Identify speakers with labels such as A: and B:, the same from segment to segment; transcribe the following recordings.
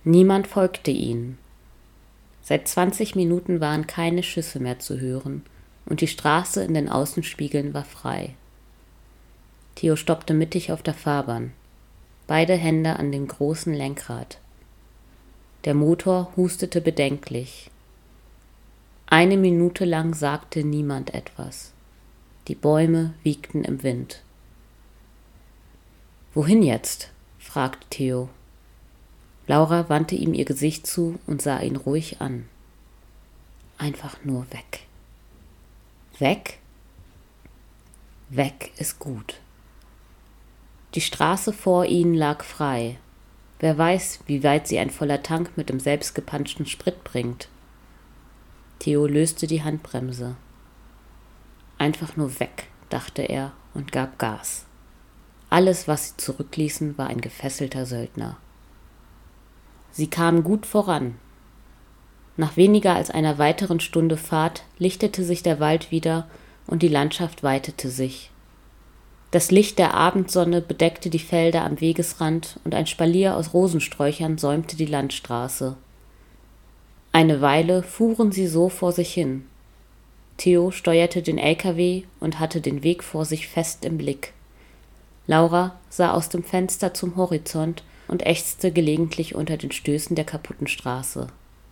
A: Niemand folgte ihnen. Seit 20 Minuten waren keine Schüsse mehr zu hören und die Straße in den Außenspiegeln war frei. Theo stoppte mittig auf der Fahrbahn, beide Hände an dem großen Lenkrad. Der Motor hustete bedenklich. 1 Minute lang sagte niemand etwas. Die Bäume wiegten im Wind. »Wohin jetzt?« fragte Theo. Laura wandte ihm ihr Gesicht zu und sah ihn ruhig an. »Einfach nur weg.« »Weg?« »Weg ist gut.« Die Straße vor ihnen lag frei. Wer weiß, wie weit sie ein voller Tank mit dem selbstgepanschten Sprit bringt. Theo löste die Handbremse. Einfach nur weg, dachte er und gab Gas. Alles, was sie zurückließen, war ein gefesselter Söldner. Sie kamen gut voran. Nach weniger als einer weiteren Stunde Fahrt lichtete sich der Wald wieder und die Landschaft weitete sich. Das Licht der Abendsonne bedeckte die Felder am Wegesrand und ein Spalier aus Rosensträuchern säumte die Landstraße. Eine Weile fuhren sie so vor sich hin. Theo steuerte den LKW und hatte den Weg vor sich fest im Blick. Laura sah aus dem Fenster zum Horizont und ächzte gelegentlich unter den Stößen der kaputten Straße.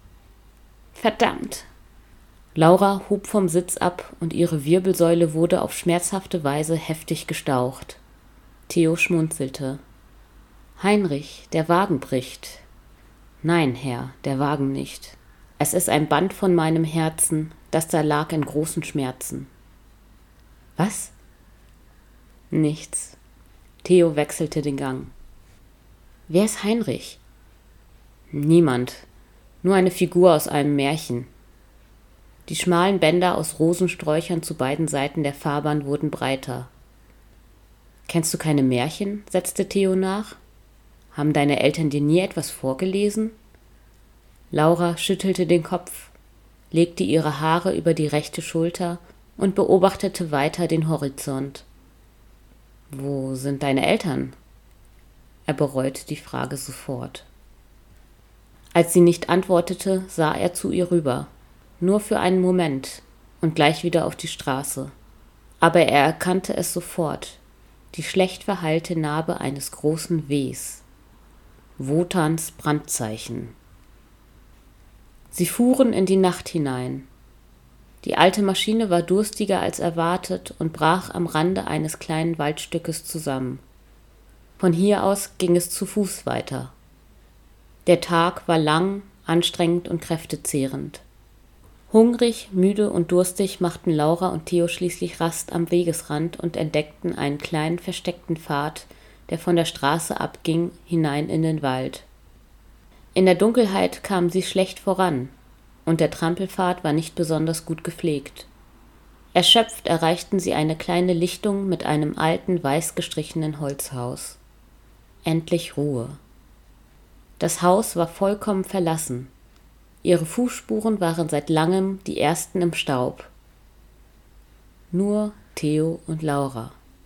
A: »Verdammt!« Laura hob vom Sitz ab und ihre Wirbelsäule wurde auf schmerzhafte Weise heftig gestaucht. Theo schmunzelte. »Heinrich, der Wagen bricht.« »Nein, Herr, der Wagen nicht. Es ist ein Band von meinem Herzen, das da lag in großen Schmerzen.« »Was?« »Nichts.« Theo wechselte den Gang. »Wer ist Heinrich?« »Niemand. Nur eine Figur aus einem Märchen.« Die schmalen Bänder aus Rosensträuchern zu beiden Seiten der Fahrbahn wurden breiter. »Kennst du keine Märchen?« setzte Theo nach. »Haben deine Eltern dir nie etwas vorgelesen?« Laura schüttelte den Kopf, legte ihre Haare über die rechte Schulter und beobachtete weiter den Horizont. »Wo sind deine Eltern?« Er bereute die Frage sofort. Als sie nicht antwortete, sah er zu ihr rüber. Nur für einen Moment und gleich wieder auf die Straße. Aber er erkannte es sofort, die schlecht verheilte Narbe eines großen Ws. Wotans Brandzeichen. Sie fuhren in die Nacht hinein. Die alte Maschine war durstiger als erwartet und brach am Rande eines kleinen Waldstückes zusammen. Von hier aus ging es zu Fuß weiter. Der Tag war lang, anstrengend und kräftezehrend. Hungrig, müde und durstig machten Laura und Theo schließlich Rast am Wegesrand und entdeckten einen kleinen versteckten Pfad, der von der Straße abging, hinein in den Wald. In der Dunkelheit kamen sie schlecht voran, und der Trampelpfad war nicht besonders gut gepflegt. Erschöpft erreichten sie eine kleine Lichtung mit einem alten, weiß gestrichenen Holzhaus. Endlich Ruhe. Das Haus war vollkommen verlassen. Ihre Fußspuren waren seit langem die ersten im Staub. Nur Theo und Laura.